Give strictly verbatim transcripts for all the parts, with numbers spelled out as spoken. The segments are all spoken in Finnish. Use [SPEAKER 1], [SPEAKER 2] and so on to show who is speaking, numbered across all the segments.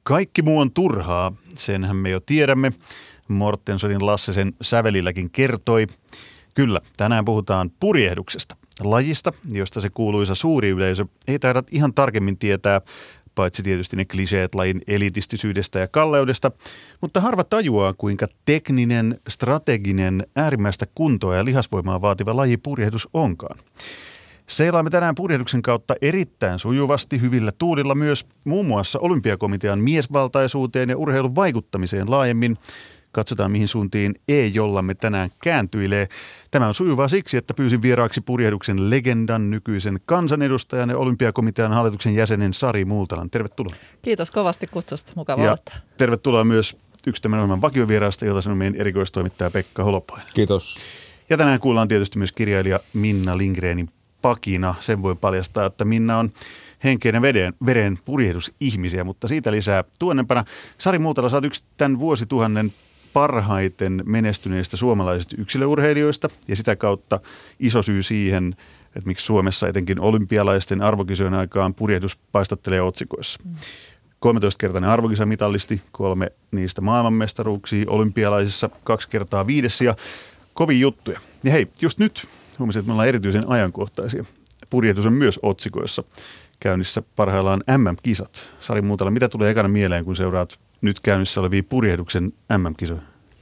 [SPEAKER 1] Kaikki muu on turhaa, senhän me jo tiedämme. Mortensonin Lasse sen sävelilläkin kertoi. Kyllä, tänään puhutaan purjehduksesta, lajista, josta se kuuluisa suuri yleisö ei taida ihan tarkemmin tietää, paitsi tietysti ne kliseet lajin elitistisyydestä ja kalleudesta, mutta harva tajuaa, kuinka tekninen, strateginen, äärimmäistä kuntoa ja lihasvoimaa vaativa laji purjehdus onkaan. Seilaamme tänään purjehduksen kautta erittäin sujuvasti hyvillä tuulilla myös muun muassa Olympiakomitean miesvaltaisuuteen ja urheilun vaikuttamiseen laajemmin. Katsotaan, mihin suuntiin E-jollamme tänään kääntyilee. Tämä on sujuvaa siksi, että pyysin vieraaksi purjehduksen legendan, nykyisen kansanedustajan ja Olympiakomitean hallituksen jäsenen Sari Multalan. Tervetuloa.
[SPEAKER 2] Kiitos kovasti kutsusta. Mukava
[SPEAKER 1] ja
[SPEAKER 2] olla täällä.
[SPEAKER 1] Tervetuloa myös yksi tämän ohjelman vakiovieraasta, Ilta-Sanomien erikoistoimittaja Pekka Holopainen.
[SPEAKER 3] Kiitos.
[SPEAKER 1] Ja tänään kuullaan tietysti myös kirjailija Minna Lindgrenin pakina. Sen voi paljastaa, että Minna on henkeen ja veden, veren purjehdusihmisiä, mutta siitä lisää tuonnempana. Sari Multala, sä oot yksi tämän vuosituhannen parhaiten menestyneistä suomalaisista yksilöurheilijoista ja sitä kautta iso syy siihen, että miksi Suomessa etenkin olympialaisten arvokisojen aikaan purjehdus paistattelee otsikoissa. Mm. kolmetoistakertainen arvokisamitalisti, kolme niistä maailmanmestaruuksia olympialaisissa, kaksi kertaa viides ja kovin juttuja. Ja hei, just nyt huomasin, että me ollaan erityisen ajankohtaisia. Purjehdus on myös otsikoissa käynnissä parhaillaan M M-kisat. Sari Multala, mitä tulee ekana mieleen, kun seuraat nyt käynnissä olevia purjehduksen M M-kisoja?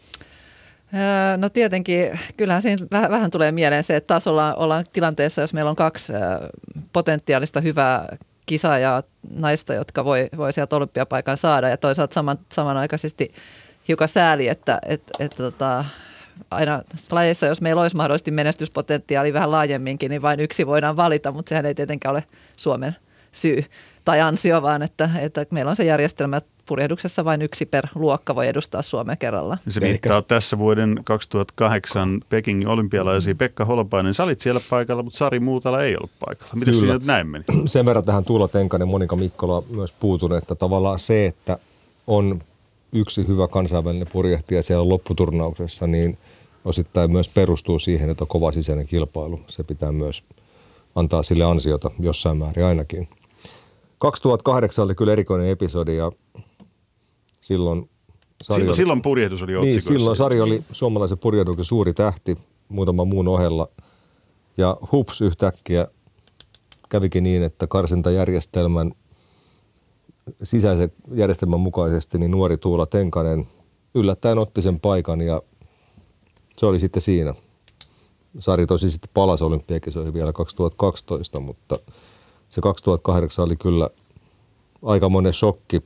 [SPEAKER 2] No tietenkin, kyllähän siinä vähän, vähän tulee mieleen se, että taas ollaan, ollaan tilanteessa, jos meillä on kaksi potentiaalista hyvää kisaajaa naista, jotka voi, voi sieltä olympiapaikan saada ja toisaalta saman, samanaikaisesti hiukan sääli, että et, et, tota, aina lajeissa, jos meillä olisi mahdollisesti menestyspotentiaali vähän laajemminkin, niin vain yksi voidaan valita, mutta sehän ei tietenkään ole Suomen syy tai ansio, vaan että, että meillä on se järjestelmä, että purjehduksessa vain yksi per luokka voi edustaa Suomea kerrallaan.
[SPEAKER 1] Se viittaa tässä vuoden kaksituhattakahdeksan Pekingin olympialaisia. Pekka Holopainen, sä olit siellä paikalla, mutta Sari Multala ei ollut paikalla. Miten siinä nyt näin meni?
[SPEAKER 3] Sen verran tähän Tuula Tenkanen, Monika Mikkola myös puutun, että tavallaan se, että on yksi hyvä kansainvälinen purjehtija siellä lopputurnauksessa, niin osittain myös perustuu siihen, että on kova sisäinen kilpailu. Se pitää myös antaa sille ansiota jossain määrin ainakin. kaksituhattakahdeksan oli kyllä erikoinen episodi ja silloin Sari
[SPEAKER 1] silloin,
[SPEAKER 3] oli,
[SPEAKER 1] silloin purjehdus oli otsikoissa.
[SPEAKER 3] Niin, silloin Sari oli suomalaisen purjehduksen suuri tähti muutaman muun ohella. Ja hups yhtäkkiä kävikin niin, että karsintajärjestelmän sisäisen järjestelmän mukaisesti niin nuori Tuula Tenkanen yllättäen otti sen paikan ja se oli sitten siinä. Sari tosi sitten palasi olympiakisoihin vielä kaksituhattakaksitoista, mutta se kaksituhattakahdeksan oli kyllä aikamoinen shokki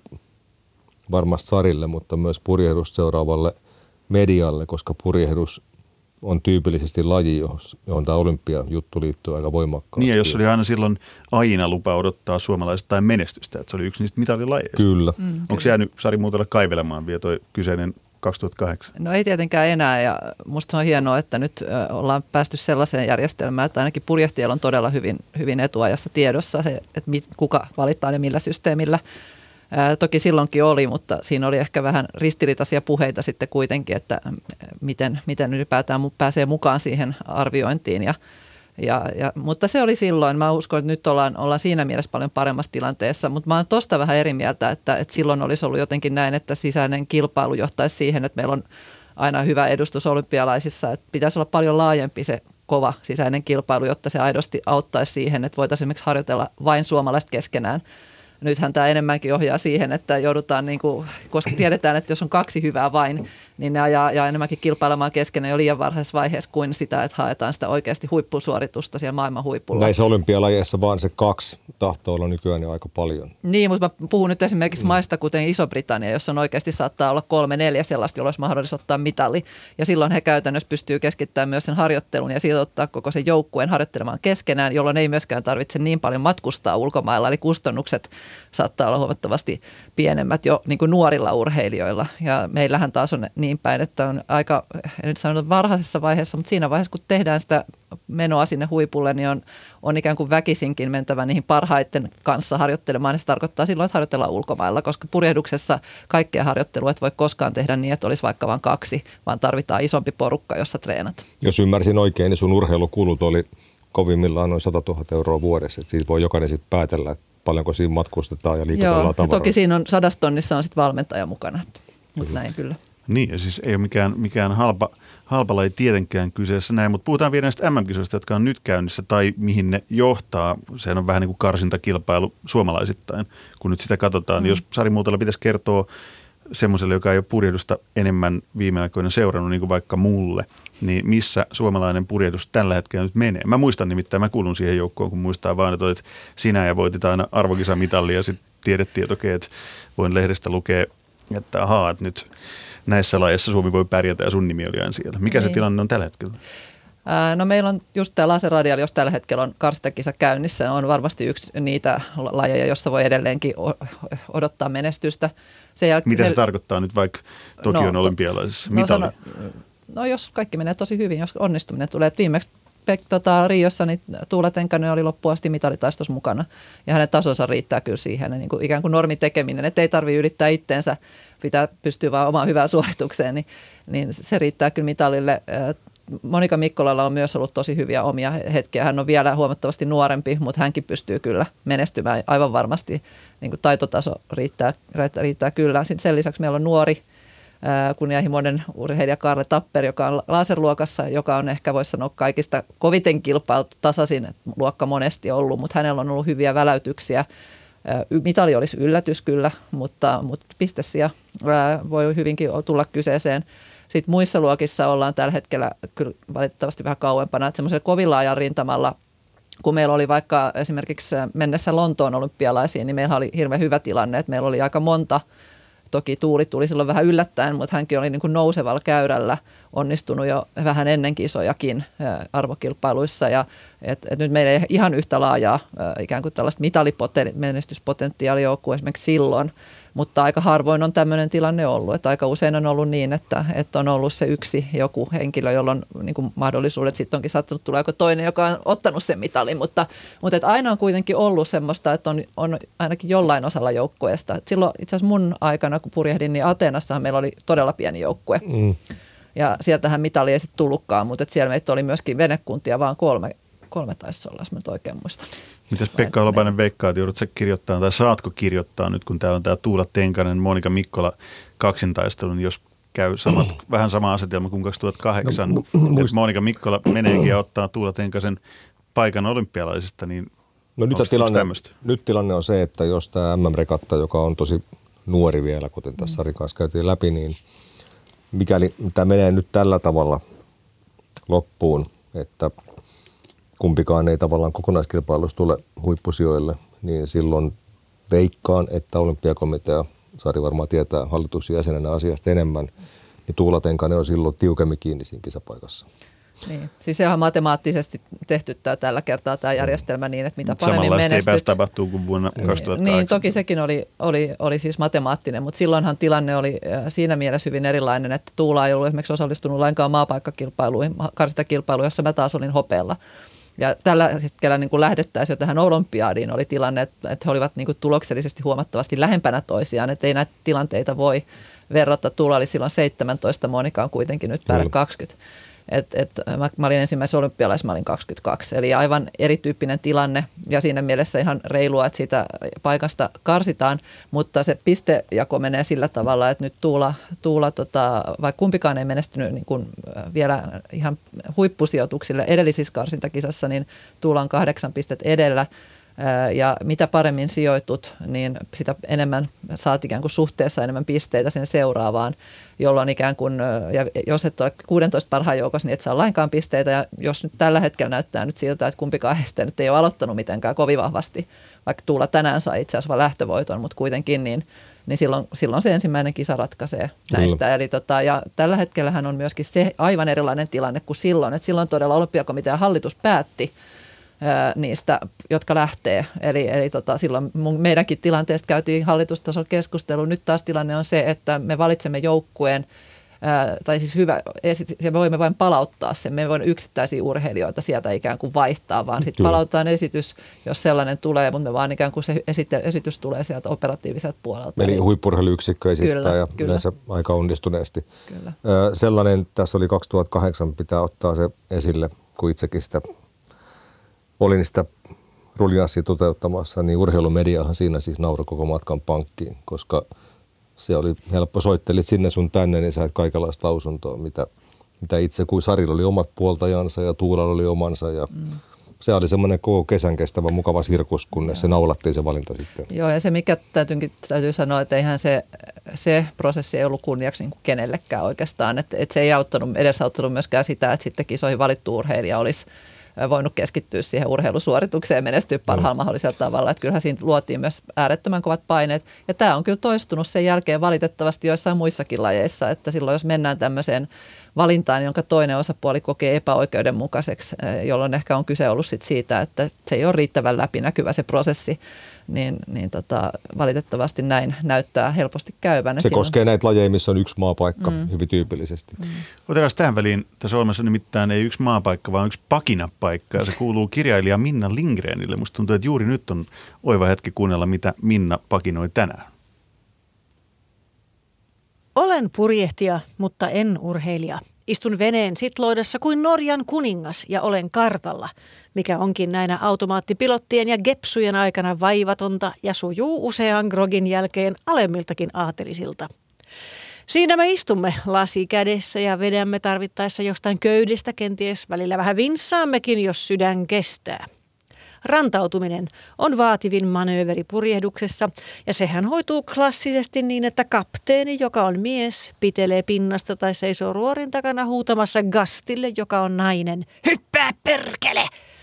[SPEAKER 3] varmasti Sarille, mutta myös purjehdus seuraavalle medialle, koska purjehdus on tyypillisesti laji, johon tämä olympiajuttu liittyy aika voimakkaasti.
[SPEAKER 1] Niin ja jos oli aina silloin aina lupa odottaa suomalaisesta tai menestystä, että se oli yksi niistä mitalilajeista.
[SPEAKER 3] Kyllä.
[SPEAKER 2] Mm,
[SPEAKER 1] Onko se jäänyt Sari Multala kaivelemaan vielä toi kyseinen kaksituhattakahdeksan?
[SPEAKER 2] No ei tietenkään enää ja musta on hienoa, että nyt ollaan päästy sellaiseen järjestelmään, että ainakin purjehtijalla on todella hyvin, hyvin etuajassa tiedossa se, että mit, kuka valitaan ja millä systeemillä. Ää, toki silloinkin oli, mutta siinä oli ehkä vähän ristiriitaisia puheita sitten kuitenkin, että miten, miten ylipäätään pääsee mukaan siihen arviointiin. Ja, ja, ja, mutta se oli silloin. Mä uskon, että nyt ollaan, ollaan siinä mielessä paljon paremmassa tilanteessa, mutta mä oon tosta vähän eri mieltä, että, että silloin olisi ollut jotenkin näin, että sisäinen kilpailu johtaisi siihen, että meillä on aina hyvä edustus olympialaisissa, että pitäisi olla paljon laajempi se kova sisäinen kilpailu, jotta se aidosti auttaisi siihen, että voitaisiin esimerkiksi harjoitella vain suomalaiset keskenään. Nythän tämä enemmänkin ohjaa siihen, että joudutaan, niin kuin, koska tiedetään, että jos on kaksi hyvää vain, niin ne ajaa, ajaa enemmänkin kilpailemaan keskenään jo liian varhaisessa vaiheessa kuin sitä, että haetaan sitä oikeasti huippusuoritusta siellä maailman huipulla.
[SPEAKER 3] Näissä olympialajeissa vaan se kaksi tahtoo olla nykyään jo aika paljon.
[SPEAKER 2] Niin, mutta mä puhun nyt esimerkiksi mm. maista, kuten Iso-Britannia, jossa on oikeasti saattaa olla kolme, neljä sellaista, jolla olisi mahdollista ottaa mitali. Ja silloin he käytännössä pystyy keskittämään myös sen harjoittelun ja siitä ottaa koko sen joukkueen harjoittelemaan keskenään, jolloin ei myöskään tarvitse niin paljon matkustaa ulkomailla, eli kustannukset saattaa olla huomattavasti pienemmät jo niin kuin nuorilla urheilijoilla. Ja meillähän taas on niin päin, että on aika, en nyt sanota varhaisessa vaiheessa, mutta siinä vaiheessa, kun tehdään sitä menoa sinne huipulle, niin on, on ikään kuin väkisinkin mentävä niihin parhaiten kanssa harjoittelemaan. Ja se tarkoittaa silloin, että harjoitellaan ulkomailla, koska purjehduksessa kaikkea harjoittelua et voi koskaan tehdä niin, että olisi vaikka vain kaksi, vaan tarvitaan isompi porukka, jossa treenat.
[SPEAKER 3] Jos ymmärsin oikein, niin sun urheilukulut oli kovimmillaan noin sata tuhatta euroa vuodessa. Että siitä voi jokainen sitten päätellä, että paljonko siinä matkustetaan ja liikutellaan
[SPEAKER 2] Joo,
[SPEAKER 3] tavaroita.
[SPEAKER 2] toki siinä on sadastonnissa on sitten valmentaja mukana, mutta näin kyllä.
[SPEAKER 1] Niin, ja siis ei ole mikään, mikään halpa, halpa laji tietenkään kyseessä näin, mutta puhutaan vielä näistä M M-kisoista, jotka on nyt käynnissä tai mihin ne johtaa. Sehän on vähän niin kuin karsintakilpailu suomalaisittain, kun nyt sitä katsotaan. Mm. Jos Sari Multala pitäisi kertoa semmoiselle, joka ei ole purjehdusta enemmän viime aikoina seurannut, niin kuin vaikka mulle, niin missä suomalainen purjehdus tällä hetkellä nyt menee? Mä muistan nimittäin, mä kuulun siihen joukkoon, kun muistaa vaan, että olet sinä ja voitit aina arvokisamitalli ja sitten tiedettiin, että okei, että voin lehdestä lukea, että ahaa, että nyt näissä lajeissa Suomi voi pärjätä ja sun nimi oli aina siellä. Mikä niin. se tilanne on tällä hetkellä?
[SPEAKER 2] Ää, no meillä on just tämä laserradiaali, jos tällä hetkellä on karstakisa käynnissä, on varmasti yksi niitä lajeja, jossa voi edelleenkin odottaa menestystä. Sen jäl-
[SPEAKER 1] Mitä se
[SPEAKER 2] sel-
[SPEAKER 1] tarkoittaa nyt vaikka Tokion
[SPEAKER 2] no,
[SPEAKER 1] olympialaisissa?
[SPEAKER 2] No,
[SPEAKER 1] Mitali?
[SPEAKER 2] sano, no jos kaikki menee tosi hyvin, jos onnistuminen tulee. Et viimeksi Pek, tota, Riossa niin Tuula Tenkanen oli loppuun asti mitalitaistossa mukana ja hänen tasonsa riittää kyllä siihen. Niin kuin ikään kuin normitekeminen, että ei tarvitse yrittää itteensä, pitää pystyä vaan omaan hyvään suoritukseen, niin, niin se riittää kyllä mitalille. Monika Mikkolalla on myös ollut tosi hyviä omia hetkiä. Hän on vielä huomattavasti nuorempi, mutta hänkin pystyy kyllä menestymään aivan varmasti. Niin kuin taitotaso riittää, riittää kyllä. Sen lisäksi meillä on nuori kunnianhimoinen urheilija Karle Tapper, joka on laserluokassa, joka on ehkä voisi sanoa kaikista koviten kilpailtu tasaisin luokka monesti ollut, mutta hänellä on ollut hyviä väläytyksiä. Mitali olisi yllätys kyllä, mutta, mutta pistesiä voi hyvinkin tulla kyseeseen. Sitten muissa luokissa ollaan tällä hetkellä kyllä valitettavasti vähän kauempana, että semmoisella kovilla ajan rintamalla, kun meillä oli vaikka esimerkiksi mennessä Lontoon olympialaisiin, niin meillä oli hirveän hyvä tilanne, että meillä oli aika monta. Toki Tuuli tuli silloin vähän yllättäen, mutta hänkin oli niin kuin nousevalla käyrällä onnistunut jo vähän ennen kisojakin arvokilpailuissa. Ja, et, et nyt meillä ei ihan yhtä laajaa ikään kuin tällaista mitalimenestyspotentiaalia ole kuin esimerkiksi silloin, mutta aika harvoin on tämmöinen tilanne ollut. Että aika usein on ollut niin, että, että on ollut se yksi joku henkilö, jolla on niin kuin mahdollisuudet. Sitten onkin saattanut tulla joku toinen, joka on ottanut sen mitalin, mutta, mutta että aina on kuitenkin ollut semmoista, että on, on ainakin jollain osalla joukkueesta. Silloin itse asiassa mun aikana, kun purjehdin, niin Ateenassahan meillä oli todella pieni joukkue. Mm. Ja sieltähän mitali ei sitten tullutkaan, mutta että siellä meitä oli myöskin venekuntia, vaan kolme, kolme taisi olla, jos mä nyt oikein muistan.
[SPEAKER 1] Mitäs Pekka Holopainen veikkaa, että joudutko kirjoittaa tai saatko kirjoittaa nyt, kun täällä on tämä Tuula Tenkanen, Monika Mikkola kaksintaistelu, niin jos käy samat, vähän sama asetelma kuin kaksituhattakahdeksan, no, että Monika Mikkola meneekin ja ottaa Tuula Tenkasen paikan olympialaisista, niin
[SPEAKER 3] no nyt tilanne, nyt tilanne on se, että jos tämä M M-regatta, joka on tosi nuori vielä, kuten tässä Sarin kanssa käytiin läpi, niin mikäli tämä menee nyt tällä tavalla loppuun, että kumpikaan ei tavallaan kokonaiskilpailussa tule huippusijoille, niin silloin veikkaan, että olympiakomitea, Sari varmaan tietää hallituksen jäsenenä asiasta enemmän, niin Tuula Tenkanen on silloin tiukemmin kiinni siinä kisapaikassa.
[SPEAKER 2] Niin. Siis se on matemaattisesti tehty tämä, tällä kertaa tämä järjestelmä niin, että mitä paremmin menestyt.
[SPEAKER 1] Samanlaista ei päästä tapahtuu kuin vuonna kaksituhattakahdeksan.
[SPEAKER 2] Niin, toki sekin oli, oli, oli siis matemaattinen, mutta silloinhan tilanne oli siinä mielessä hyvin erilainen, että Tuula ei ollut esimerkiksi osallistunut lainkaan maapaikkakilpailuihin, karsintakilpailuun, jossa mä taas olin hopealla. Ja tällä hetkellä niin kuin lähdettäisiin jo tähän olympiaadiin, oli tilanne, että, että he olivat niin kuin tuloksellisesti huomattavasti lähempänä toisiaan, että ei näitä tilanteita voi verrata. Tuula oli silloin seitsemäntoista, Monika on kuitenkin nyt päälle kaksikymmentä. Et, et, mä, mä olin ensimmäisessä olympialaisessa, mä olin kaksikymmentäkaksi, eli aivan erityyppinen tilanne ja siinä mielessä ihan reilua, että siitä paikasta karsitaan, mutta se pistejako menee sillä tavalla, että nyt Tuula, Tuula tota, vaikka kumpikaan ei menestynyt niin kun vielä ihan huippusijoituksille edellisissä karsintakisassa, niin Tuula on kahdeksan pistet edellä. Ja mitä paremmin sijoitut, niin sitä enemmän saat ikään kuin suhteessa enemmän pisteitä sen seuraavaan, jolloin ikään kuin, ja jos et ole kuusitoista parhaan joukossa, niin et saa lainkaan pisteitä. Ja jos nyt tällä hetkellä näyttää nyt siltä, että kumpikaan heistä nyt ei ole aloittanut mitenkään kovin vahvasti, vaikka Tuula tänään sai itse asiassa lähtövoiton, mutta kuitenkin, niin, niin silloin, silloin se ensimmäinen kisa ratkaisee näistä. Eli tota, ja tällä hetkellähän on myöskin se aivan erilainen tilanne kuin silloin, että silloin todella olympiakomitean hallitus päätti, niistä, jotka lähtee. Eli, eli tota, silloin meidänkin tilanteesta käytiin hallitustasolla keskustelu. Nyt taas tilanne on se, että me valitsemme joukkueen, ää, tai siis hyvä, ja me voimme vain palauttaa sen. Me ei voi yksittäisiä urheilijoita sieltä ikään kuin vaihtaa, vaan sitten palautetaan esitys, jos sellainen tulee, mutta me vaan ikään kuin se esitys tulee sieltä operatiiviselta puolelta.
[SPEAKER 3] Eli huippu-urheiluyksikkö esittää kyllä, ja kyllä. Yleensä aika onnistuneesti. Kyllä. Sellainen, tässä oli kaksituhattakahdeksan, pitää ottaa se esille, kun itsekin sitä olin sitä ruljanssia toteuttamassa, niin urheilumediahan siinä siis nauroi koko matkan pankkiin, koska se oli helppo, soittelit sinne sun tänne, niin sait kaikenlaista lausuntoa, mitä, mitä itse kuin Sarilla oli omat puoltajansa ja Tuulalla oli omansa ja mm. se oli semmoinen koko kesän kestävä mukava sirkus, kunnes Joo. se naulattiin se valinta sitten.
[SPEAKER 2] Joo, ja se mikä täytyy, täytyy sanoa, että eihän se, se prosessi ei ollut kunniaksi niin kuin kenellekään oikeastaan, että, että se ei auttanut, edesauttanut myöskään sitä, että sitten kisoihin valittu urheilija olisi voinut keskittyä siihen urheilusuoritukseen ja menestyä parhaalla no. mahdollisella tavalla. Että kyllähän siinä luotiin myös äärettömän kovat paineet. Ja tämä on kyllä toistunut sen jälkeen valitettavasti joissain muissakin lajeissa, että silloin jos mennään tämmöiseen valintaan, jonka toinen osapuoli kokee epäoikeudenmukaiseksi, jolloin ehkä on kyse ollut sit siitä, että se ei ole riittävän läpinäkyvä se prosessi, niin, niin tota, valitettavasti näin näyttää helposti käyvän.
[SPEAKER 3] Se koskee näitä lajeja, missä on yksi maapaikka mm. hyvin tyypillisesti. Mm.
[SPEAKER 1] Otetaan tähän väliin, tässä olemassa nimittäin ei yksi maapaikka, vaan yksi pakinapaikka, ja se kuuluu kirjailija Minna Lindgrenille. Musta tuntuu, että juuri nyt on oiva hetki kuunnella, mitä Minna pakinoi tänään.
[SPEAKER 4] Olen purjehtija, mutta en urheilija. Istun veneen sitloidessa kuin Norjan kuningas ja olen kartalla, mikä onkin näinä automaattipilottien ja gepsujen aikana vaivatonta ja sujuu usean grogin jälkeen alemmiltakin aatelisilta. Siinä me istumme lasi kädessä ja vedämme tarvittaessa jostain köydestä, kenties välillä vähän vinssaammekin, jos sydän kestää. Rantautuminen on vaativin manööveri purjehduksessa ja sehän hoituu klassisesti niin, että kapteeni, joka on mies, pitelee pinnasta tai seisoo ruorin takana huutamassa gastille, joka on nainen. Hyppää perkele!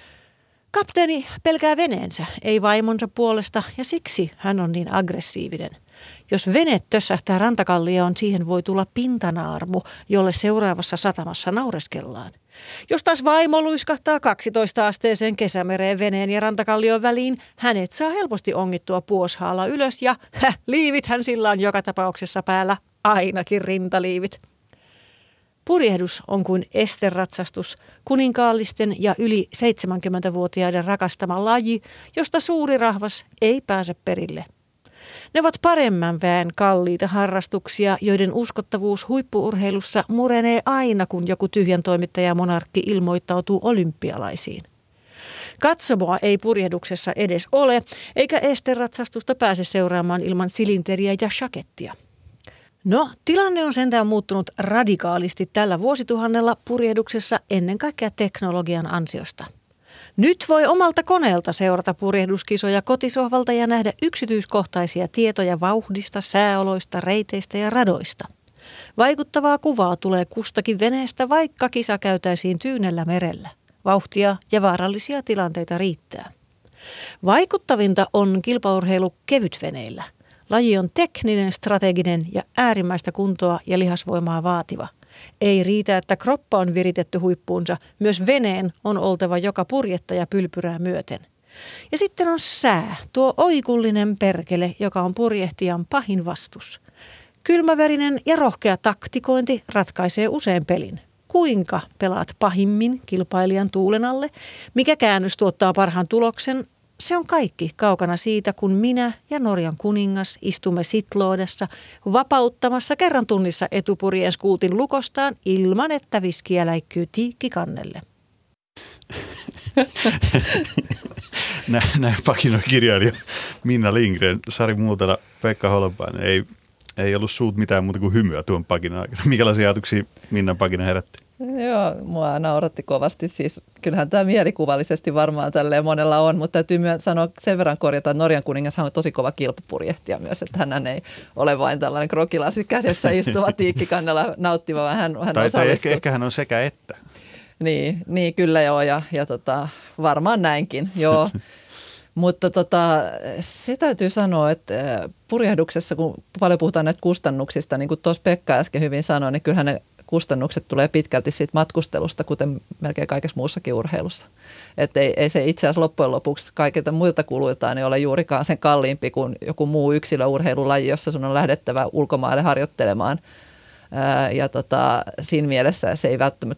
[SPEAKER 4] Kapteeni pelkää veneensä, ei vaimonsa puolesta ja siksi hän on niin aggressiivinen. Jos vene tössähtää rantakallioon, siihen voi tulla pintanaarmu, jolle seuraavassa satamassa naureskellaan. Jos taas vaimo luiskahtaa kaksitoista-asteeseen kesämereen veneen ja rantakallion väliin, hänet saa helposti ongittua puoshaalla ylös ja häh, liivithän sillä on joka tapauksessa päällä, ainakin rintaliivit. Purjehdus on kuin esteratsastus, kuninkaallisten ja yli seitsemänkymmentävuotiaiden rakastama laji, josta suuri rahvas ei pääse perille. Ne ovat paremman väen kalliita harrastuksia, joiden uskottavuus huippu-urheilussa murenee aina, kun joku tyhjän toimittaja monarkki ilmoittautuu olympialaisiin. Katsomoa ei purjehduksessa edes ole, eikä esteratsastusta pääse seuraamaan ilman silinteriä ja shakettia. No, tilanne on sentään muuttunut radikaalisti tällä vuosituhannella purjehduksessa ennen kaikkea teknologian ansiosta. Nyt voi omalta koneelta seurata purjehduskisoja kotisohvalta ja nähdä yksityiskohtaisia tietoja vauhdista, sääoloista, reiteistä ja radoista. Vaikuttavaa kuvaa tulee kustakin veneestä, vaikka kisa käytäisiin tyynellä merellä. Vauhtia ja vaarallisia tilanteita riittää. Vaikuttavinta on kilpaurheilu kevytveneillä. Laji on tekninen, strateginen ja äärimmäistä kuntoa ja lihasvoimaa vaativa. Ei riitä, että kroppa on viritetty huippuunsa, myös veneen on oltava joka purjettaja pylpyrää myöten. Ja sitten on sää, tuo oikullinen perkele, joka on purjehtijan pahin vastus. Kylmäverinen ja rohkea taktikointi ratkaisee usein pelin. Kuinka pelaat pahimmin kilpailijan tuulen alle? Mikä käännös tuottaa parhaan tuloksen? Se on kaikki kaukana siitä, kun minä ja Norjan kuningas istumme sitloodessa vapauttamassa kerran tunnissa etupurjeen skuutin lukostaan ilman, että viskiä läikkyy tiikkikannelle.
[SPEAKER 1] Näin pakinoi kirjailija Minna Lindgren, Sari Multala, Pekka Holopainen. Ei, ei ollut suut mitään muuta kuin hymyä tuon pakinan aikana. Minkälaisia ajatuksia Minnan pakina herätti?
[SPEAKER 2] Joo, mua nauratti kovasti. Siis kyllähän tämä mielikuvallisesti varmaan tälleen monella on, mutta täytyy myös sanoa sen verran korjata, että Norjan kuningas on tosi kova kilpapurjehtija myös, että hän ei ole vain tällainen krokilasi kädessä istuva tiikkikannella nauttiva, vaan hän, hän
[SPEAKER 1] tai, tai
[SPEAKER 2] ehkä,
[SPEAKER 1] ehkä hän on sekä että.
[SPEAKER 2] Niin, niin kyllä joo, ja, ja tota, varmaan näinkin, joo. Mutta tota, se täytyy sanoa, että purjehduksessa, kun paljon puhutaan näistä kustannuksista, niin kuin tuossa Pekka äsken hyvin sanoi, niin kyllähän ne kustannukset tulee pitkälti siitä matkustelusta, kuten melkein kaikessa muussakin urheilussa. Että ei, ei se itse asiassa loppujen lopuksi kaikilta muilta kuluiltaan niin ole juurikaan sen kalliimpi kuin joku muu yksilöurheilulaji, jossa sun on lähdettävä ulkomaille harjoittelemaan. Ää, ja tota, siinä mielessä se ei välttämättä pidä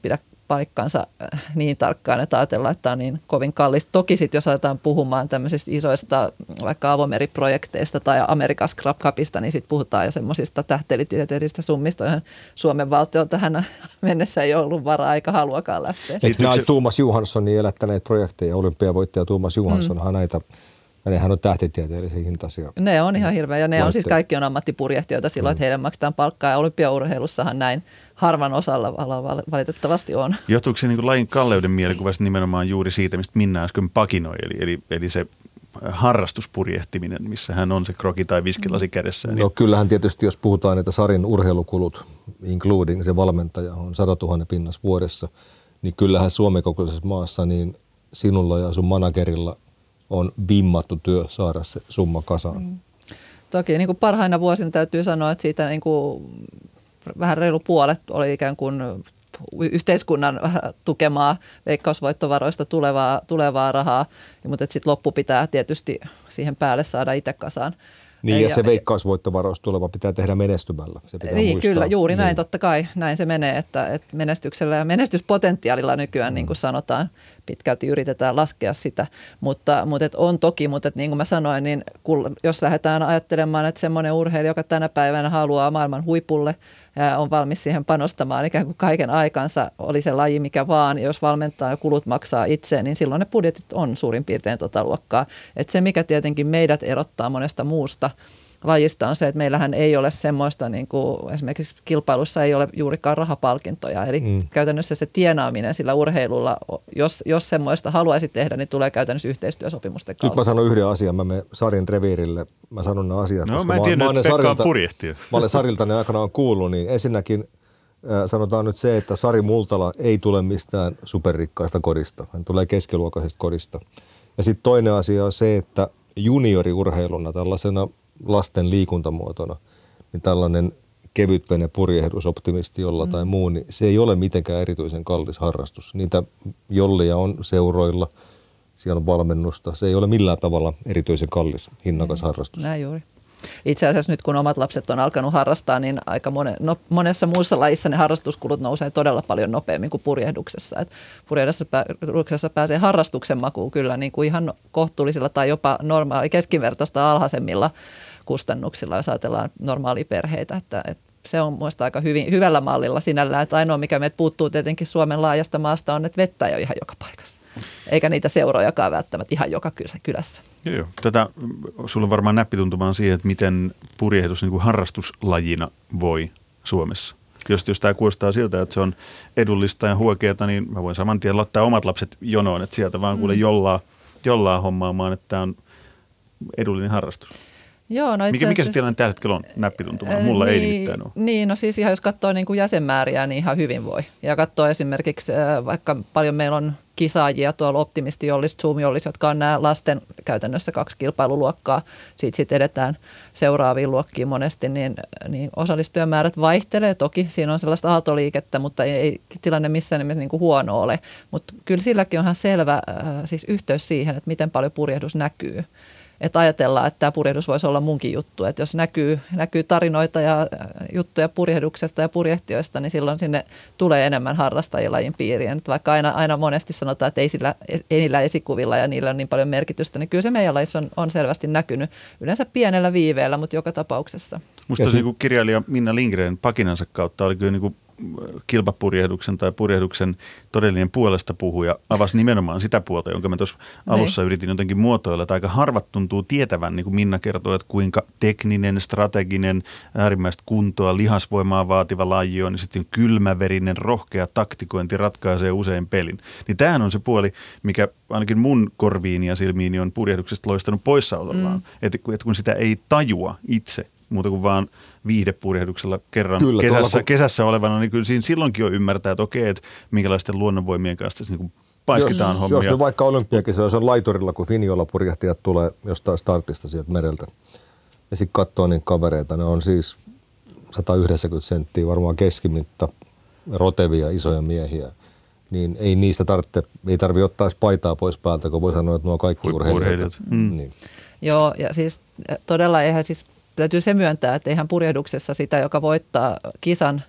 [SPEAKER 2] paikkansa niin tarkkaan, että ajatellaan, että tämä on niin kovin kallista. Toki sitten, jos aletaan puhumaan tämmöisistä isoista vaikka avomeriprojekteista tai Amerikan Scrap Cupista, niin sitten puhutaan jo semmoisista tähtelitieteellisistä summista, joihin Suomen valtio tähän mennessä ei ollut varaa eikä haluakaan lähteä.
[SPEAKER 3] Eikö nämä Thomas Johanssonin elättäneet projekteja, olympiavoittaja Thomas Johanssonhan mm. näitä, ja nehän on tähtitieteellisiä hintaisia.
[SPEAKER 2] Ne on ihan hirveä, ja ne
[SPEAKER 3] laitteet.
[SPEAKER 2] On siis kaikki on ammattipurjehtijoita silloin, mm. että heille maksetaan palkkaa, ja olympiaurheilussahan näin harvan osalla alalla valitettavasti on.
[SPEAKER 1] Johtuuko se niin kuin lajin kalleuden mielikuvasta nimenomaan juuri siitä, mistä Minna äsken pakinoi, eli, eli, eli se harrastuspurjehtiminen, missä hän on se kroki tai viskilasi kädessä. Niin...
[SPEAKER 3] No kyllähän tietysti, jos puhutaan, että Sarin urheilukulut, including se valmentaja, on sadatuhannen pinnas vuodessa, niin kyllähän Suomen kokoisessa maassa, niin sinulla ja sun managerilla on vimmattu työ saada se summa kasaan. Mm.
[SPEAKER 2] Toki niin kuin parhaina vuosina täytyy sanoa, että siitä niin kuin vähän reilu puolet oli ikään kuin yhteiskunnan tukemaa veikkausvoittovaroista tulevaa, tulevaa rahaa, mutta sitten loppu pitää tietysti siihen päälle saada itse kasaan.
[SPEAKER 3] Niin ja, ja se veikkausvoittovaroista tuleva pitää tehdä menestymällä. Se pitää
[SPEAKER 2] niin
[SPEAKER 3] muistaa.
[SPEAKER 2] Kyllä, juuri
[SPEAKER 3] niin.
[SPEAKER 2] näin totta kai. Näin se menee, että, että menestyksellä ja menestyspotentiaalilla nykyään, mm. niin kuin sanotaan, pitkälti yritetään laskea sitä. Mutta, mutta et on toki, mutta et niin kuin mä sanoin, niin kun, jos lähdetään ajattelemaan, että semmoinen urheilija, joka tänä päivänä haluaa maailman huipulle, ja on valmis siihen panostamaan ikään kuin kaiken aikansa, oli se laji mikä vaan, jos valmentaa ja kulut maksaa itse, niin silloin ne budjetit on suurin piirtein tota luokkaa. Et se, mikä tietenkin meidät erottaa monesta muusta lajista on se, että meillähän ei ole semmoista, niin kuin esimerkiksi kilpailussa ei ole juurikaan rahapalkintoja. Eli mm. käytännössä se tienaaminen sillä urheilulla, jos, jos semmoista haluaisi tehdä, niin tulee käytännössä yhteistyösopimusten kautta.
[SPEAKER 3] Nyt mä sanon yhden asian, mä menen Sarin reviirille, mä sanon nämä asiat.
[SPEAKER 1] No mä en tiedä, että Pekka on purjehtia.
[SPEAKER 3] Mä olen Sarilta ne aikanaan kuullut, niin ensinnäkin äh, sanotaan nyt se, että Sari Multala ei tule mistään superrikkaista kodista. Hän tulee keskiluokkaisesta kodista. Ja sitten toinen asia on se, että junioriurheiluna tällaisena lasten liikuntamuotona, niin tällainen kevytvene purjehdusoptimisti jolla mm. tai muu, niin se ei ole mitenkään erityisen kallis harrastus. Niitä jolleja on seuroilla, siellä on valmennusta. Se ei ole millään tavalla erityisen kallis, hinnakas mm. harrastus.
[SPEAKER 2] Näin juuri. Itse asiassa nyt kun omat lapset on alkanut harrastaa, niin aika monen, no, monessa muussa lajissa ne harrastuskulut nousee todella paljon nopeammin kuin purjehduksessa. Et purjehduksessa pääsee harrastuksen makuun kyllä niin kuin ihan kohtuullisilla tai jopa normaali, keskivertaista alhaisemmilla kustannuksilla, jos ajatellaan normaalia perheitä. Että, et se on mielestäni aika hyvin, hyvällä mallilla sinällään, että ainoa mikä meiltä puuttuu tietenkin Suomen laajasta maasta on, että vettä ei ole ihan joka paikassa. Eikä niitä seurojakaan välttämättä ihan joka kylässä.
[SPEAKER 1] Joo, joo. Tätä, sulla on varmaan näppituntumaan siihen, että miten purjehdus niin kuin harrastuslajina voi Suomessa. Jos, jos tämä kuulostaa siltä, että se on edullista ja huokeata, niin mä voin saman tien laittaa omat lapset jonoon, että sieltä vaan kuule jollain, jollain hommaamaan, että tämä on edullinen harrastus.
[SPEAKER 2] Joo, no
[SPEAKER 1] mikä, mikä se tilanne tällä hetkellä on näppituntumaan? Mulla
[SPEAKER 2] niin,
[SPEAKER 1] ei nimittäin ole.
[SPEAKER 2] Niin, no siis ihan jos katsoo niin kuin jäsenmääriä, niin ihan hyvin voi. Ja katsoo esimerkiksi, vaikka paljon meillä on kisaajia tuolla Optimisti Jollis, Zoom Jollis, jotka on nämä lasten käytännössä kaksi kilpailuluokkaa. Siitä sitten edetään seuraaviin luokkiin monesti, niin, niin osallistujamäärät vaihtelee. Toki siinä on sellaista aaltoliikettä, mutta ei, ei tilanne missään nimessä niin kuin huono ole. Mutta kyllä silläkin on ihan selvä äh, siis yhteys siihen, että miten paljon purjehdus näkyy. Että ajatellaan, että tämä purjehdus voisi olla munkin juttu. Että jos näkyy, näkyy tarinoita ja juttuja purjehduksesta ja purjehtijoista, niin silloin sinne tulee enemmän harrastajia lajin piiriin. Että vaikka aina, aina monesti sanotaan, että ei, sillä, ei niillä esikuvilla ja niillä on niin paljon merkitystä, niin kyllä se meidän lajissa on, on selvästi näkynyt. Yleensä pienellä viiveellä, mutta joka tapauksessa.
[SPEAKER 1] Musta se niin kuin kirjailija Minna Lindgren pakinansa kautta oli kyllä niin kuin kilpapurjehduksen tai purjehduksen todellinen puolesta puhuja avasi nimenomaan sitä puolta, jonka mä tuossa alussa yritin jotenkin muotoilla, että aika harvat tuntuu tietävän, niin kuin Minna kertoi, että kuinka tekninen, strateginen, äärimmäistä kuntoa, lihasvoimaa vaativa laji on, niin sitten kylmäverinen, rohkea taktikointi ratkaisee usein pelin. Niin tämähän on se puoli, mikä ainakin mun korviini ja silmiini on purjehduksesta loistanut poissaolollaan, mm. että et kun sitä ei tajua itse, muuta kuin vaan viihdepurjehduksella kerran kyllä, kesässä, kun... kesässä olevana, niin kyllä siinä silloinkin jo ymmärtää, että okei, että minkälaisten luonnonvoimien kanssa niin kuin paiskitaan
[SPEAKER 3] jos,
[SPEAKER 1] hommia.
[SPEAKER 3] Jos ne vaikka olympiakisa, jos on laiturilla, kun Finjolla purjehtijat tulee jostain startista sieltä mereltä ja sitten katsoo niin kavereita, ne on siis sata yhdeksänkymmentä senttiä, varmaan keskimitta, rotevia, isoja miehiä, niin ei niistä tarvitse, ei tarvitse ottaa edes paitaa pois päältä, kun voi sanoa, että nuo on kaikki urheilijat.
[SPEAKER 2] Mm. Niin. Joo, ja siis todella eihän siis täytyy se myöntää, että eihän purjehduksessa sitä, joka voittaa kisan,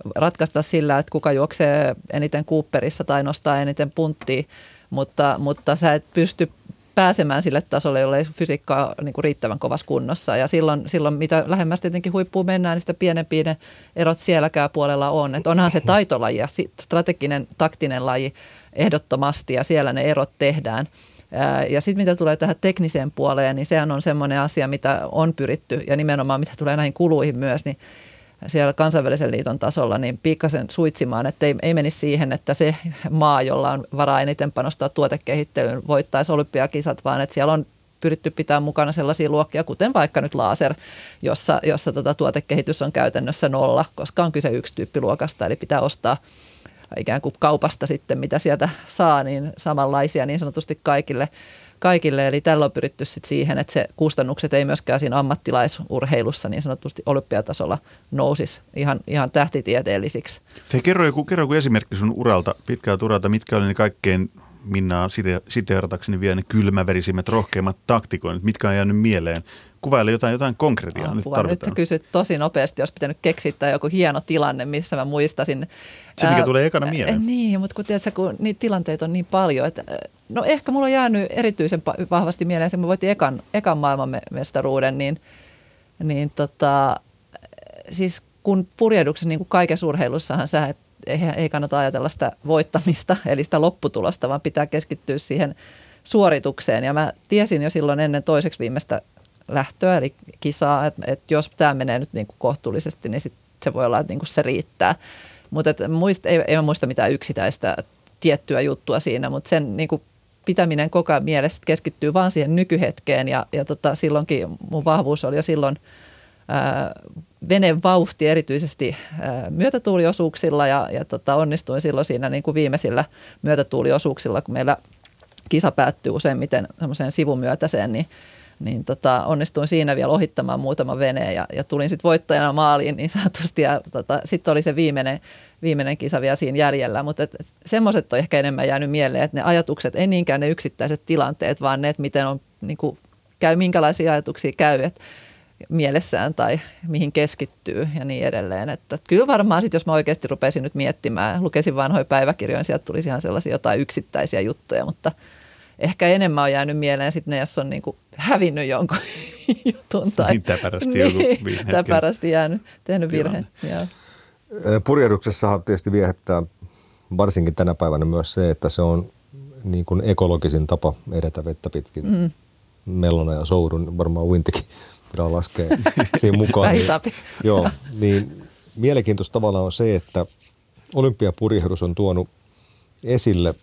[SPEAKER 2] ratkaista sillä, että kuka juoksee eniten Cooperissa tai nostaa eniten punttia, mutta, mutta sä et pysty pääsemään sille tasolle, jolla ei fysiikka ole niin kuin riittävän kovassa kunnossa. Ja silloin, silloin mitä lähemmäs tietenkin huippuun mennään, niin sitä pienempiä ne erot sielläkään puolella on. Et onhan se taitolaji ja strateginen, taktinen laji ehdottomasti ja siellä ne erot tehdään. Ja sitten mitä tulee tähän tekniseen puoleen, niin sehän on semmoinen asia, mitä on pyritty ja nimenomaan mitä tulee näihin kuluihin myös, niin siellä kansainvälisen liiton tasolla niin pikkasen suitsimaan, että ei, ei menisi siihen, että se maa, jolla on varaa eniten panostaa tuotekehittelyyn, voittaisi olympiakisat, vaan että siellä on pyritty pitää mukana sellaisia luokkia, kuten vaikka nyt laser, jossa, jossa tota tuotekehitys on käytännössä nolla, koska on kyse yksi tyyppiluokasta, eli pitää ostaa ikään kuin kaupasta sitten, mitä sieltä saa, niin samanlaisia niin sanotusti kaikille. kaikille. Eli tällä on pyritty sitten siihen, että se kustannukset ei myöskään siinä ammattilaisurheilussa niin sanotusti olympiatasolla nousisi ihan, ihan tähtitieteellisiksi.
[SPEAKER 1] Se kerro joku, kerro joku esimerkki sun uralta, pitkältä uralta, mitkä oli ne kaikkein, Minna siteeratakseni vielä ne kylmäverisimmät, rohkeimmat taktikoinnit, mitkä on jäänyt mieleen. Kuvaile jotain, jotain konkretiaa
[SPEAKER 2] Apua,
[SPEAKER 1] nyt tarvitaan.
[SPEAKER 2] Nyt kysyt tosi nopeasti, jos pitänyt keksittää joku hieno tilanne, missä mä muistasin.
[SPEAKER 1] Se, mikä
[SPEAKER 2] Ää,
[SPEAKER 1] tulee ekana mieleen.
[SPEAKER 2] Äh, niin, mutta kun tiedätkö, kun niitä tilanteita on niin paljon, että no ehkä mulla on jäänyt erityisen vahvasti mieleen, että mä voitin ekan, ekan maailmanmestaruuden, niin, niin tota, siis kun purjehduksessa, niin kuin kaikessa urheilussahan sä et, ei, ei kannata ajatella sitä voittamista, eli sitä lopputulosta, vaan pitää keskittyä siihen suoritukseen. Ja mä tiesin jo silloin ennen toiseksi viimeistä lähtöä, eli kisaa, että, että jos tämä menee nyt niin kuin kohtuullisesti, niin sit se voi olla, että niin kuin se riittää. Mutta ei, ei mä muista mitään yksittäistä tiettyä juttua siinä, mutta sen niin kuin pitäminen koko ajan mielessä keskittyy vaan siihen nykyhetkeen. Ja, ja tota, silloinkin mun vahvuus oli jo silloin ää, veneen vauhti erityisesti ää, myötätuuliosuuksilla ja, ja tota, onnistuin silloin siinä niin kuin viimeisillä myötätuuliosuuksilla, kun meillä kisa päättyy useimmiten semmoiseen sivumyötäiseen, niin niin tota, onnistuin siinä vielä ohittamaan muutama veneen ja, ja tulin sitten voittajana maaliin niin sanotusti ja tota, sitten oli se viimeinen, viimeinen kisa vielä siinä jäljellä, mutta semmoiset on ehkä enemmän jäänyt mieleen, että ne ajatukset, ei niinkään ne yksittäiset tilanteet, vaan ne, että miten on, niin kuin, käy, minkälaisia ajatuksia käy että mielessään tai mihin keskittyy ja niin edelleen. Että kyllä varmaan sitten, jos mä oikeasti rupesin nyt miettimään, lukesin vanhoja päiväkirjoja, niin sieltä tulisi ihan sellaisia jotain yksittäisiä juttuja, mutta ehkä enemmän on jäänyt mieleen sitten ne, jos on niinku hävinnyt jonkun jutun. Tai
[SPEAKER 1] niin täpärästi joku
[SPEAKER 2] niin, täpärästi jäänyt, tehnyt virheen.
[SPEAKER 3] Purjehduksessahan tietysti viehättää varsinkin tänä päivänä myös se, että se on niin kuin ekologisin tapa edetä vettä pitkin. Mm. Mellona ja Soudun, varmaan uintikin pitää laskea siihen mukaan. Niin, joo, niin mielenkiintoista tavallaan on se, että olympiapurjehdus on tuonut esille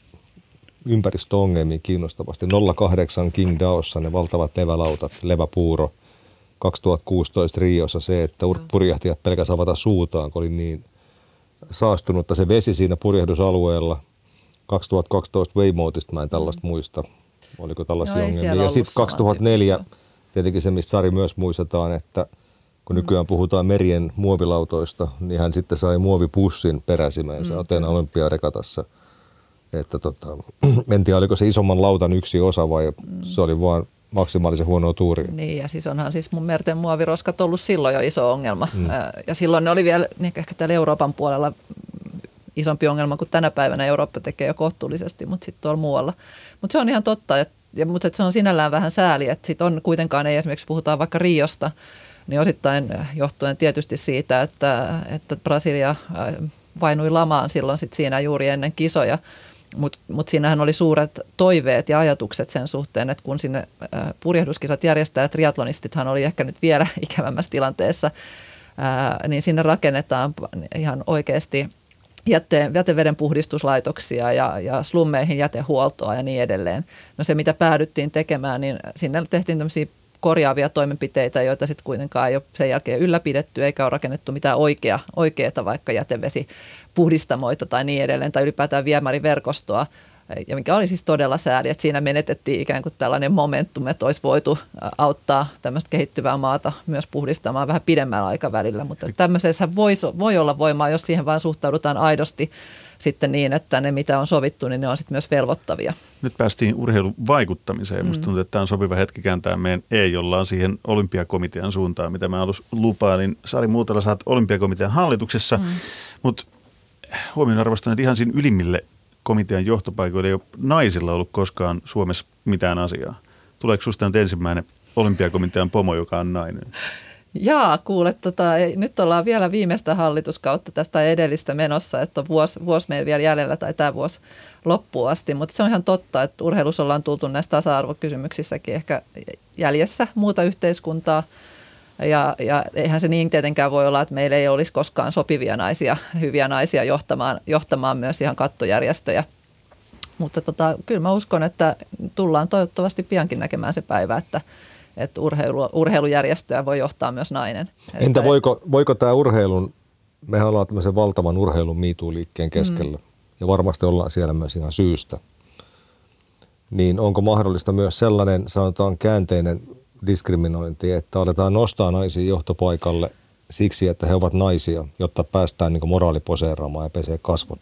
[SPEAKER 3] ympäristöongelmia kiinnostavasti. nolla kahdeksan King Daossa ne valtavat levälautat, leväpuuro. kaksituhattakuusitoista Riossa se, että purjehtijat pelkäs avata suutaan, kun oli niin saastunutta se vesi siinä purjehdusalueella. kaksituhattakaksitoista Weymouthista mä en tällaista muista. Oliko tällaisia no, ongelmia? Ja sitten kaksituhattaneljä tietenkin se, mistä Sari myös muistetaan, että kun nykyään puhutaan merien muovilautoista, niin hän sitten sai muovipussin peräsimeensä mm. Atenan olympiaregatassa. Että tota, en tiedä, oliko se isomman lautan yksi osa vai mm. se oli vaan maksimaalisen huonoa tuuria.
[SPEAKER 2] Niin ja siis onhan siis mun merten muoviroskat ollut silloin jo iso ongelma. Mm. Ja silloin ne oli vielä niin ehkä täällä Euroopan puolella isompi ongelma kuin tänä päivänä Eurooppa tekee jo kohtuullisesti, mutta sitten tuolla muualla. Mutta se on ihan totta, et, ja, mutta se on sinällään vähän sääli, että sitten on kuitenkaan, ei esimerkiksi puhutaan vaikka Riosta, niin osittain johtuen tietysti siitä, että, että Brasilia vainui lamaan silloin sit siinä juuri ennen kisoja. Mutta mut siinähän oli suuret toiveet ja ajatukset sen suhteen, että kun sinne ää, purjehduskisat järjestää, triathlonistithan oli ehkä nyt vielä ikävämmässä tilanteessa, ää, niin sinne rakennetaan ihan oikeasti jäte, jäteveden puhdistuslaitoksia ja, ja slummeihin jätehuoltoa ja niin edelleen. No se, mitä päädyttiin tekemään, niin sinne tehtiin tämmöisiä korjaavia toimenpiteitä, joita sitten kuitenkaan ei ole sen jälkeen ylläpidetty, eikä ole rakennettu mitään oikea, oikeaa vaikka jätevesipuhdistamoita tai niin edelleen, tai ylipäätään viemäriverkostoa. ja mikä oli siis todella sääli, että siinä menetettiin ikään kuin tällainen momentum, että olisi voitu auttaa tämmöistä kehittyvää maata myös puhdistamaan vähän pidemmällä aikavälillä, mutta tämmöisessä voi, voi olla voimaa, jos siihen vaan suhtaudutaan aidosti sitten niin, että ne mitä on sovittu, niin ne on sitten myös velvoittavia.
[SPEAKER 1] Nyt päästiin urheilun vaikuttamiseen. Musta tuntuu, että tämä on sopiva hetki kääntää meidän ei-ollaan siihen olympiakomitean suuntaan, mitä mä alussa lupailin. Sari Muutala, sä oot olympiakomitean hallituksessa, mm. mutta huomionarvostan, että ihan siinä ylimmille komitean johtopaikoille ei ole naisilla ollut koskaan Suomessa mitään asiaa. Tuleeko susta nyt ensimmäinen olympiakomitean pomo, joka on nainen?
[SPEAKER 2] Jaa, kuule, tota, nyt ollaan vielä viimeistä hallituskautta tästä edellistä menossa, että on vuosi, vuosi meillä vielä jäljellä tai tämä vuosi loppuun asti, mutta se on ihan totta, että urheilussa ollaan tultu näissä tasa-arvokysymyksissäkin ehkä jäljessä muuta yhteiskuntaa. Ja, ja eihän se niin tietenkään voi olla, että meillä ei olisi koskaan sopivia naisia, hyviä naisia johtamaan, johtamaan myös ihan kattojärjestöjä. Mutta tota, kyllä mä uskon, että tullaan toivottavasti piankin näkemään se päivä, että, että urheilu, urheilujärjestöä voi johtaa myös nainen.
[SPEAKER 3] Entä että, voiko, voiko tämä urheilun, mehän ollaan tämmöisen valtavan urheilun Me Too-liikkeen keskellä, mm. ja varmasti ollaan siellä myös ihan syystä, niin onko mahdollista myös sellainen, sanotaan käänteinen diskriminointi, että aletaan nostaa naisia johtopaikalle siksi, että he ovat naisia, jotta päästään niin kuin moraaliposeeraamaan ja pesee kasvot?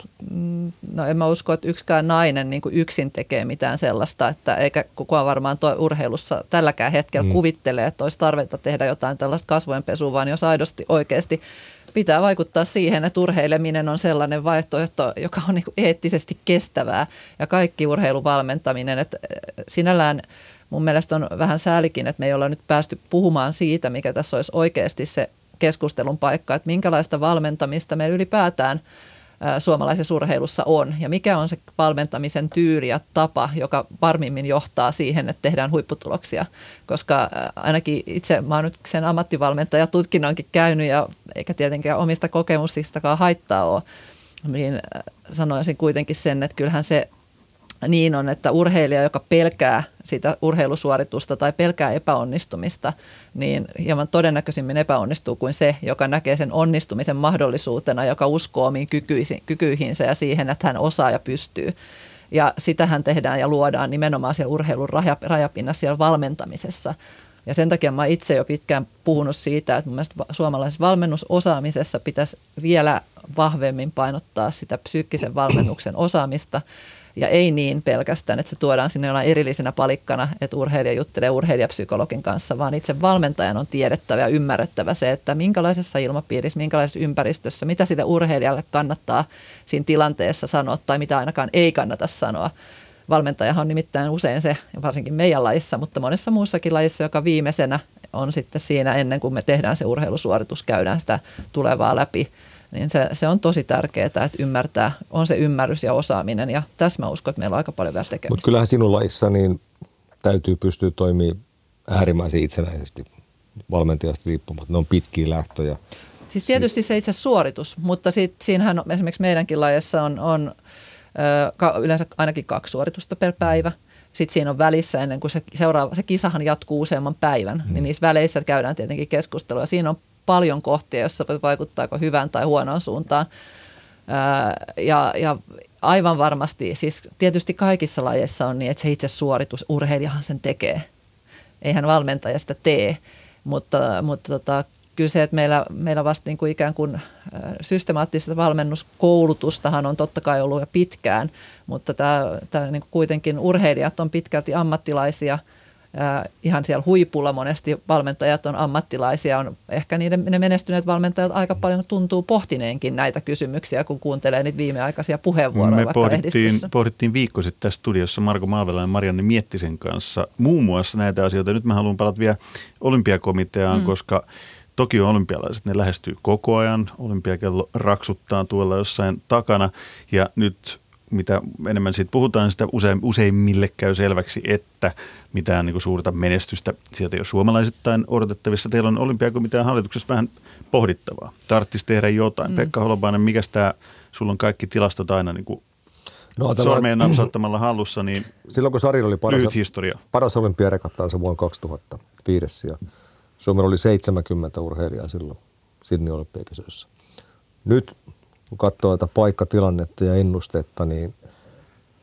[SPEAKER 2] No en mä usko, että yksikään nainen niin kuin yksin tekee mitään sellaista, että eikä kukaan varmaan tuo urheilussa tälläkään hetkellä mm. kuvittelee, että olisi tarvetta tehdä jotain tällaista kasvojenpesua, vaan jos aidosti oikeasti pitää vaikuttaa siihen, että urheileminen on sellainen vaihtoehto, joka on niin kuin eettisesti kestävää ja kaikki urheiluvalmentaminen, että sinällään mun mielestä on vähän säälikin, että me ei olla nyt päästy puhumaan siitä, mikä tässä olisi oikeasti se keskustelun paikka, että minkälaista valmentamista meillä ylipäätään suomalaisessa urheilussa on ja mikä on se valmentamisen tyyli ja tapa, joka varmimmin johtaa siihen, että tehdään huipputuloksia, koska ainakin itse mä oon nyt sen ammattivalmentajatutkinnonkin käynyt ja eikä tietenkään omista kokemuksistakaan haittaa ole, niin sanoisin kuitenkin sen, että kyllähän se niin on, että urheilija, joka pelkää sitä urheilusuoritusta tai pelkää epäonnistumista, niin hieman todennäköisimmin epäonnistuu kuin se, joka näkee sen onnistumisen mahdollisuutena, joka uskoo omiin kykyihinsä ja siihen, että hän osaa ja pystyy. Ja sitähän tehdään ja luodaan nimenomaan siellä urheilun rajapinnassa siellä valmentamisessa. Ja sen takia mä itse jo pitkään puhunut siitä, että mun mielestä suomalaisessa valmennusosaamisessa pitäisi vielä vahvemmin painottaa sitä psyykkisen valmennuksen osaamista. Ja ei niin pelkästään, että se tuodaan sinne jollain erillisenä palikkana, että urheilija juttelee urheilijapsykologin kanssa, vaan itse valmentajan on tiedettävä ja ymmärrettävä se, että minkälaisessa ilmapiirissä, minkälaisessa ympäristössä, mitä sille urheilijalle kannattaa siinä tilanteessa sanoa tai mitä ainakaan ei kannata sanoa. Valmentajahan on nimittäin usein se, varsinkin meidän lajissa, mutta monessa muussakin lajissa, joka viimeisenä on sitten siinä ennen kuin me tehdään se urheilusuoritus, käydään sitä tulevaa läpi. Niin se, se on tosi tärkeää, että ymmärtää, on se ymmärrys ja osaaminen ja tässä mä uskon, että meillä on aika paljon vielä tekemistä.
[SPEAKER 3] Mutta kyllähän sinun lajissa niin täytyy pystyä toimimaan äärimmäisen itsenäisesti valmentajasta riippumatta. Ne on pitkiä lähtöjä.
[SPEAKER 2] Siis tietysti se itse suoritus, mutta sit, siinähän on, esimerkiksi meidänkin lajissa on, on ö, yleensä ainakin kaksi suoritusta per päivä. Sitten siinä on välissä ennen kuin se seuraava, se kisahan jatkuu useamman päivän, hmm. niin niissä väleissä käydään tietenkin keskustelua. Siinä on paljon kohtia, jossa vaikuttaako hyvään tai huonoon suuntaan. Ja, ja aivan varmasti, siis tietysti kaikissa lajeissa on niin, että se itse suoritus, urheilijahan sen tekee. Eihän valmentaja sitä tee, mutta, mutta tota, kyllä se, että meillä, meillä vasta niin kuin ikään kuin systemaattista valmennuskoulutustahan on totta kai ollut jo pitkään, mutta tämä, tämä niin kuin kuitenkin urheilijat on pitkälti ammattilaisia. Äh, ihan siellä huipulla monesti valmentajat on ammattilaisia, on ehkä niiden, ne menestyneet valmentajat aika paljon tuntuu pohtineenkin näitä kysymyksiä, kun kuuntelee niitä viimeaikaisia puheenvuoroja
[SPEAKER 1] Me
[SPEAKER 2] vaikka
[SPEAKER 1] pohdittiin,
[SPEAKER 2] lehdistössä.
[SPEAKER 1] pohdittiin viikko sitten tässä studiossa Marko Malvela ja Marianne Miettisen kanssa muun muassa näitä asioita. Nyt mä haluan palata vielä olympiakomiteaan, mm. koska Tokion olympialaiset, ne lähestyy koko ajan. Olympiakello raksuttaa tuolla jossain takana ja nyt mitä enemmän siitä puhutaan, sitä usein, useimmille käy selväksi, että mitään niin kuin suurta menestystä sieltä ei ole suomalaisittain odotettavissa. Teillä on olympiakomitean hallituksessa vähän pohdittavaa. Tarvitsisi tehdä jotain. Mm. Pekka Holopainen, mikäs tämä, sulla on kaikki tilastot aina niin kuin no, sormeen napsauttamalla hallussa, niin
[SPEAKER 3] silloin kun Sarilla oli paras,
[SPEAKER 1] lyhyt historia.
[SPEAKER 3] Paras olympiaregatta se vuonna kaksituhattaviisi ja Suomella oli seitsemänkymmentä urheilijaa silloin Sydney olympiakisoissa. Nyt kun katsoo tätä paikkatilannetta ja ennustetta, niin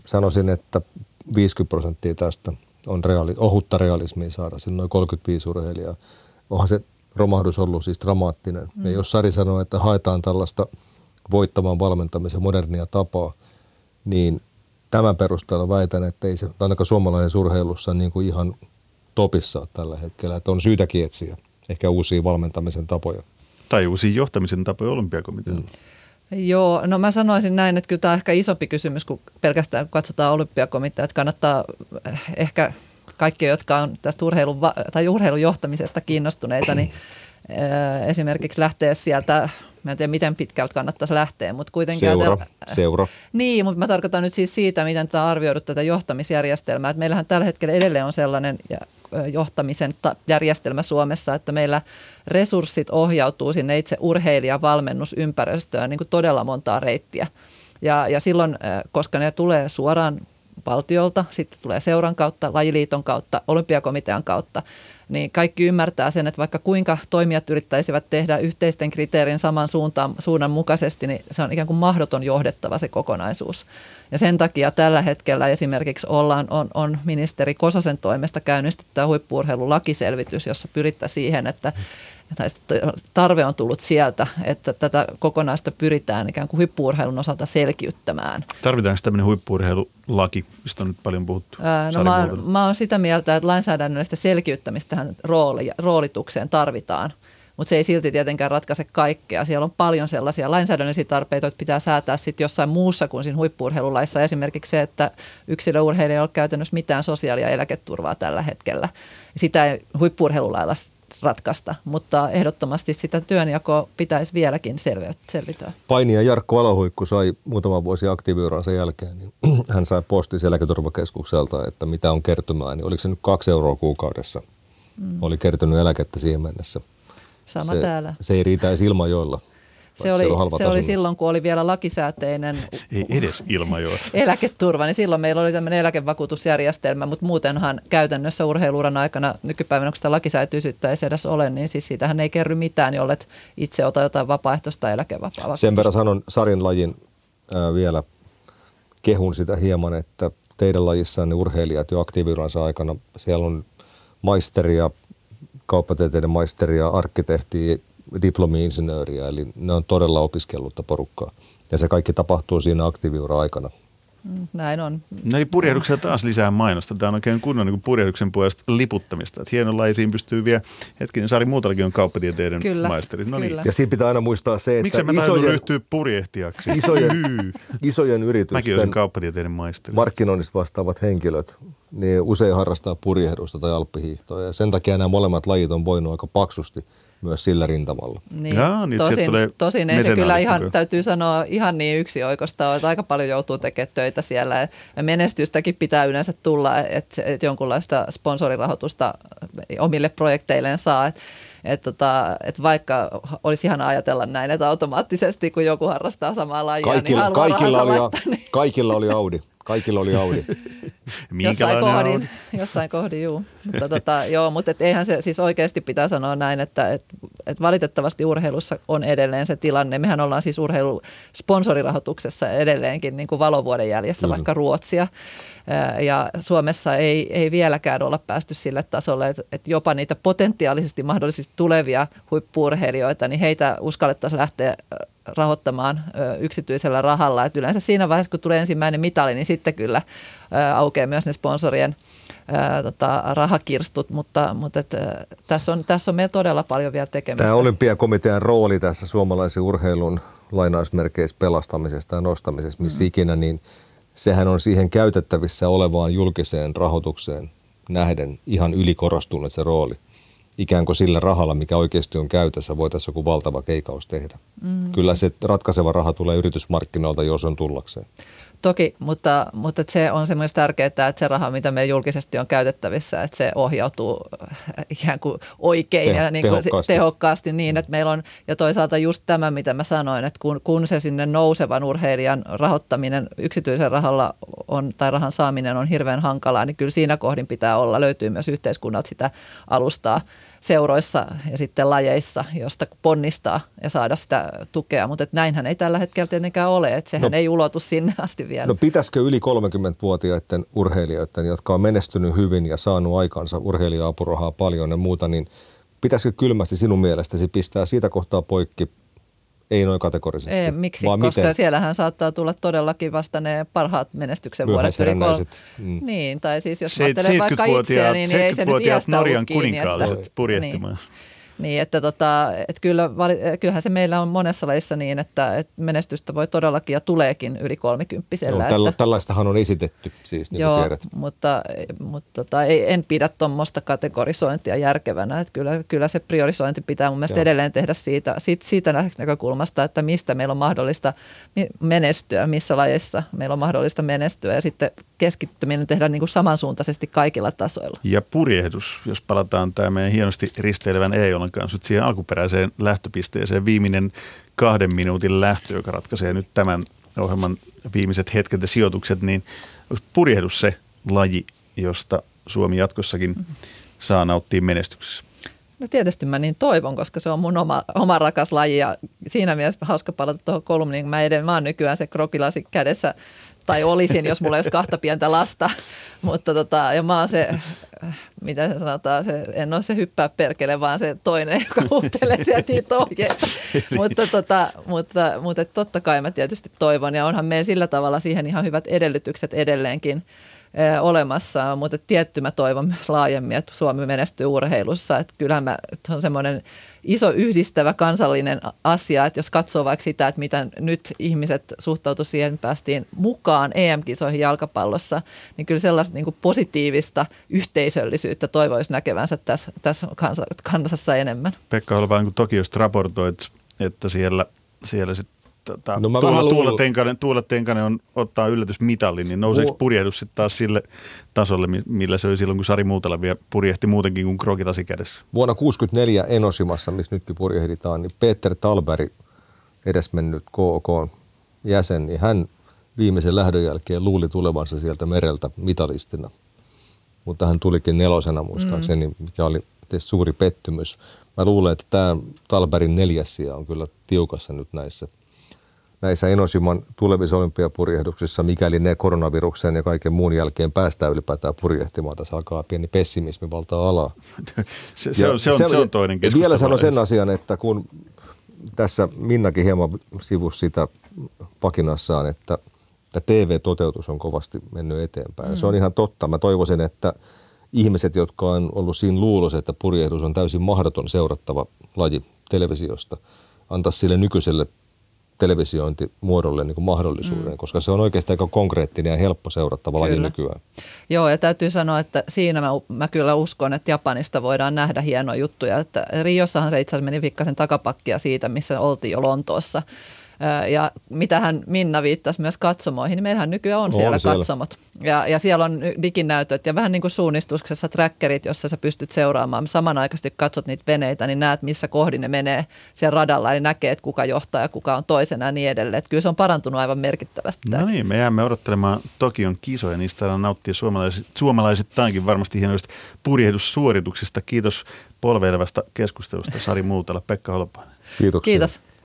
[SPEAKER 3] sanoisin, että viisikymmentä prosenttia tästä on reaali, ohutta realismia saada, sillä noin kolmekymmentäviisi urheilijaa. Onhan se romahdus ollut siis dramaattinen. Mm. Ja jos Sari sanoo, että haetaan tällaista voittavan valmentamisen modernia tapaa, niin tämän perusteella väitän, että ei se ainakaan suomalaisessa urheilussa niin kuin ihan topissa tällä hetkellä, että on syytäkin etsiä ehkä uusia valmentamisen tapoja.
[SPEAKER 1] Tai uusia johtamisen tapoja olympiakomitealla. Mm.
[SPEAKER 2] Joo, no mä sanoisin näin, että kyllä tämä on ehkä isompi kysymys, kun pelkästään kun katsotaan olympiakomitea, että kannattaa ehkä kaikki, jotka on tästä urheilun, tai urheilun johtamisesta kiinnostuneita, niin esimerkiksi lähteä sieltä, mä en tiedä miten pitkältä kannattaisi lähteä, mutta kuitenkin...
[SPEAKER 3] Seura,
[SPEAKER 2] ajatella,
[SPEAKER 3] seura.
[SPEAKER 2] Niin, mutta mä tarkoitan nyt siis siitä, miten tämä on arvioidut tätä johtamisjärjestelmää. Että meillähän tällä hetkellä edelleen on sellainen johtamisen järjestelmä Suomessa, että meillä resurssit ohjautuu sinne itse urheilijavalmennusympäristöön niin kuin todella montaa reittiä. Ja, ja silloin, koska ne tulee suoraan valtiolta, sitten tulee seuran kautta, lajiliiton kautta, olympiakomitean kautta, niin kaikki ymmärtää sen, että vaikka kuinka toimijat yrittäisivät tehdä yhteisten kriteerin saman suuntaan, suunnan mukaisesti, niin se on ikään kuin mahdoton johdettava se kokonaisuus. Ja sen takia tällä hetkellä esimerkiksi ollaan, on, on ministeri Kososen toimesta käynnistetty huippu-urheilun lakiselvitys, jossa pyritään siihen, että tarve on tullut sieltä, että tätä kokonaista pyritään ikään kuin huippu-urheilun osalta selkiyttämään.
[SPEAKER 1] Tarvitaanko tämmöinen huippu-urheilulaki, mistä on nyt paljon puhuttu?
[SPEAKER 2] Ää, no mä, mä oon sitä mieltä, että lainsäädännöllistä selkiyttämistä tähän rooli, roolitukseen tarvitaan, mutta se ei silti tietenkään ratkaise kaikkea. Siellä on paljon sellaisia lainsäädännöllisiä tarpeita, joita pitää säätää sitten jossain muussa kuin siinä huippu-urheilulaissa. Esimerkiksi se, että yksilöurheilija ei ole käytännössä mitään sosiaali- ja eläketurvaa tällä hetkellä. Sitä ei huippu-urheilulailla ratkaista, mutta ehdottomasti sitä työnjakoa pitäisi vieläkin selvitä.
[SPEAKER 3] Painija Jarkko Alohuikku sai muutama vuosi aktiiviuransa jälkeen, niin hän sai postis eläketurvakeskukselta, että mitä on kertymää, niin oliko se nyt kaksi euroa kuukaudessa? Mm. Oli kertynyt eläkettä siihen mennessä.
[SPEAKER 2] Sama
[SPEAKER 3] se,
[SPEAKER 2] täällä.
[SPEAKER 3] Se ei riitä edes Ilmajoilla.
[SPEAKER 2] Se oli, se oli silloin, kun oli vielä lakisääteinen
[SPEAKER 1] ei edes Ilmajoilla
[SPEAKER 2] eläketurva, niin silloin meillä oli tämmöinen eläkevakuutusjärjestelmä, mutta muutenhan käytännössä urheiluuran aikana nykypäivänä, kun sitä lakisääteisyyttä ei edes ole, niin siis siitähän ei kerry mitään, jollet itse ota jotain vapaaehtoista eläkevapaa.
[SPEAKER 3] Sen verran sanon Sarin lajin ää, vielä, kehun sitä hieman, että teidän lajissanne urheilijat jo aktiiviuransa aikana, siellä on maisteria, kauppatieteiden maisteria, arkkitehtiä, diplomi-insinööriä, eli ne on todella opiskellutta porukkaa. Ja se kaikki tapahtuu siinä aktiiviura-aikana.
[SPEAKER 2] Näin on.
[SPEAKER 1] No niin, purjehduksella taas lisää mainosta. Tämä on oikein kunnon niin purjehduksen puolesta liputtamista. Että hienonlaisiin pystyy vielä, hetkinen, Sari Muutalakin on kauppatieteiden
[SPEAKER 2] kyllä,
[SPEAKER 1] maisteri. No niin.
[SPEAKER 3] Ja siinä pitää aina muistaa se, että
[SPEAKER 1] miksi mä taidun ryhtyä purjehtijaksi?
[SPEAKER 3] Isojen, isojen yritysten
[SPEAKER 1] kauppatieteiden maisteri.
[SPEAKER 3] Markkinoinnista vastaavat henkilöt, niin usein harrastaa purjehdusta tai alppihiihtoa. Ja sen takia nämä molemmat lajit on voinut aika paksusti myös sillä rintamalla.
[SPEAKER 2] Niin, Jaa, niin tosin, tosin ei se kyllä ihan, täytyy sanoa ihan niin yksioikoista, että aika paljon joutuu tekemään töitä siellä. Ja menestystäkin pitää yleensä tulla, että, että jonkunlaista sponsorirahoitusta omille projekteilleen saa. Että et tota, et vaikka olisi ihan ajatella näin, että automaattisesti kun joku harrastaa samaa lajia, kaikilla, niin haluaa
[SPEAKER 3] kaikilla oli,
[SPEAKER 2] laittaa. Niin.
[SPEAKER 3] Kaikilla oli Audi. Kaikilla oli Audi.
[SPEAKER 2] jossain kohdin, jossain kohdin, juu. Mutta, tota, joo, mutta et eihän se siis oikeasti pitää sanoa näin, että et, et valitettavasti urheilussa on edelleen se tilanne. Mehän ollaan siis urheilusponsorirahoituksessa edelleenkin niin kuin valovuoden jäljessä mm. vaikka Ruotsia. Ja Suomessa ei, ei vieläkään olla päästy sille tasolle, että, että jopa niitä potentiaalisesti mahdollisesti tulevia huippu-urheilijoita, niin heitä uskallettaisiin lähteä rahoittamaan yksityisellä rahalla. Et yleensä siinä vaiheessa, kun tulee ensimmäinen mitali, niin sitten kyllä aukeaa myös ne sponsorien ää, tota, rahakirstut, mutta, mutta et, ää, tässä, on, tässä on meillä todella paljon vielä tekemistä.
[SPEAKER 3] Tämä olympiakomitean rooli tässä suomalaisen urheilun lainausmerkeissä pelastamisesta ja nostamisesta, missä mm. ikinä, niin sehän on siihen käytettävissä olevaan julkiseen rahoitukseen nähden ihan ylikorostunut se rooli. Ikään kuin sillä rahalla, mikä oikeasti on käytössä, voitaisiin joku valtava keikaus tehdä. Mm. Kyllä se ratkaiseva raha tulee yritysmarkkinoilta, jos on tullakseen.
[SPEAKER 2] Toki, mutta, mutta se on se myös tärkeää, että se raha, mitä me julkisesti on käytettävissä, että se ohjautuu ikään kuin oikein Te- ja niin kuin tehokkaasti. tehokkaasti niin, että meillä on, ja toisaalta just tämä, mitä mä sanoin, että kun, kun se sinne nousevan urheilijan rahoittaminen yksityisen rahalla on, tai rahan saaminen on hirveän hankalaa, niin kyllä siinä kohdin pitää olla, löytyy myös yhteiskunnalta sitä alustaa seuroissa ja sitten lajeissa, josta ponnistaa ja saada sitä tukea. Mutta näinhän ei tällä hetkellä tietenkään ole, että sehän no, ei ulotu sinne asti vielä.
[SPEAKER 3] No pitäisikö yli kolmekymmentävuotiaiden urheilijoiden, jotka on menestynyt hyvin ja saanut aikansa urheilija-apurahaa paljon ja muuta, niin pitäisikö kylmästi sinun mielestäsi pistää siitä kohtaa poikki? Ei noin kategorisesti.
[SPEAKER 2] Ei, miksi?
[SPEAKER 3] Vaan
[SPEAKER 2] koska
[SPEAKER 3] miten?
[SPEAKER 2] Siellähän saattaa tulla todellakin vasta ne parhaat menestyksen vuodet. Yli kol... mm. Niin, tai siis jos ajattelen vaikka itseäni, niin ei se nyt iästä
[SPEAKER 1] Norjan
[SPEAKER 2] ollut kiinni.
[SPEAKER 1] kuninkaalliset purjehtimaan.
[SPEAKER 2] Niin. Niin, että tota, että kyllä, kyllähän se meillä on monessa lajissa niin, että, että menestystä voi todellakin ja tuleekin yli kolmikymppisellä.
[SPEAKER 3] No, tällä,
[SPEAKER 2] että,
[SPEAKER 3] tällaistahan on esitetty siis, niin
[SPEAKER 2] joo,
[SPEAKER 3] kuin tiedät.
[SPEAKER 2] mutta, mutta tota, ei, en pidä tuommoista kategorisointia järkevänä. Että kyllä, kyllä se priorisointi pitää mun mielestä joo. edelleen tehdä siitä, siitä, siitä näkökulmasta, että mistä meillä on mahdollista menestyä, missä lajissa meillä on mahdollista menestyä ja sitten keskittyminen tehdä niin kuin samansuuntaisesti kaikilla tasoilla.
[SPEAKER 1] Ja purjehdus, jos palataan tämä meidän hienosti risteilevän E-jolan kanssa siihen alkuperäiseen lähtöpisteeseen, viimeinen kahden minuutin lähtö, joka ratkaisee nyt tämän ohjelman viimeiset hetket ja sijoitukset, niin onko purjehdus se laji, josta Suomi jatkossakin mm-hmm. saa nauttia menestyksessä?
[SPEAKER 2] No tietysti mä niin toivon, koska se on mun oma, oma rakas laji ja siinä mielessä hauska palata tuohon kolumniin, kun mä, eden, mä oon nykyään se krokilasi kädessä, tai olisin, jos mulla olisi kahta pientä lasta, mutta tota, ja mä oon se, mitä se sanotaan, se, en ole se hyppää perkele, vaan se toinen, joka huutelee sieltä niitä ohjeita, mutta, tota, mutta, mutta totta kai mä tietysti toivon ja onhan meillä sillä tavalla siihen ihan hyvät edellytykset edelleenkin olemassa, mutta tietty mä toivon myös laajemmin, että Suomi menestyy urheilussa, että kyllähän mä, että on semmoinen iso yhdistävä kansallinen asia, että jos katsoo vaikka sitä, että miten nyt ihmiset suhtautu siihen, päästiin mukaan E M-kisoihin jalkapallossa, niin kyllä sellaista niin kuin positiivista yhteisöllisyyttä toivoisi näkevänsä tässä, tässä kansassa enemmän.
[SPEAKER 1] Pekka Holopainen, kun Tokiosta raportoit, että siellä, siellä sitten Tota,
[SPEAKER 3] no
[SPEAKER 1] Tuula, Tuula, Tenkanen, Tuula Tenkanen on ottaa yllätysmitallin, niin nouseeko purjehdus sitten taas sille tasolle, millä se oli silloin, kun Sari Muutala vielä purjehti muutenkin kuin krokilasi kädessä?
[SPEAKER 3] Vuonna tuhatyhdeksänsataakuusikymmentäneljä Enoshimassa, missä nytkin purjehditaan, niin Peter Talberg, edesmennyt K O K:n jäsen, niin hän viimeisen lähdön jälkeen luuli tulevansa sieltä mereltä mitalistina. Mutta hän tulikin nelosena muistaakseni, mm. mikä oli suuri pettymys. Mä luulen, että tämä Talbergin neljäs sija on kyllä tiukassa nyt näissä näissä Enoshiman tulevissa olympiapurjehduksissa, mikäli ne koronaviruksen ja kaiken muun jälkeen päästään ylipäätään purjehtimaan. Tässä alkaa pieni pessimismi valtaa alaa.
[SPEAKER 1] se, se, on, se, on, se on toinen keskustelu.
[SPEAKER 3] Vielä sanon sen asian, että kun tässä Minnakin hieman sivusi sitä pakinassaan, että, että T V-toteutus on kovasti mennyt eteenpäin. Mm. Se on ihan totta. Mä toivoisin, että ihmiset, jotka on ollut siinä luulossa, että purjehdus on täysin mahdoton seurattava laji televisiosta, antaisi sille nykyiselle televisiointimuodolle niin kuin mahdollisuuden, mm. koska se on oikeastaan aika konkreettinen ja helppo seurattava laji nykyään.
[SPEAKER 2] Joo, ja täytyy sanoa, että siinä mä, mä kyllä uskon, että Japanista voidaan nähdä hienoja juttuja. Että Riossahan se itse asiassa meni pikkasen takapakkia siitä, missä oltiin jo Lontoossa. Ja mitähän Minna viittasi myös katsomoihin, niin meillähän nykyään on, on siellä, siellä katsomot. Ja, ja siellä on diginäytöt ja vähän niin kuin suunnistuksessa trackerit, jossa sä pystyt seuraamaan. Samanaikaisesti katsot niitä veneitä, niin näet missä kohdin ne menee siellä radalla. Eli näkee, että kuka johtaa ja kuka on toisena ja niin edelleen. Että kyllä se on parantunut aivan merkittävästi.
[SPEAKER 1] No niin, me jäämme odottelemaan Tokion kisoja. Niistä saadaan nauttia suomalaiset, suomalaisittainkin varmasti hienoista purjehdussuorituksista. Kiitos polveilevasta keskustelusta Sari Muutala, Pekka Holopainen.
[SPEAKER 3] Kiitoksia.
[SPEAKER 2] Kiitos.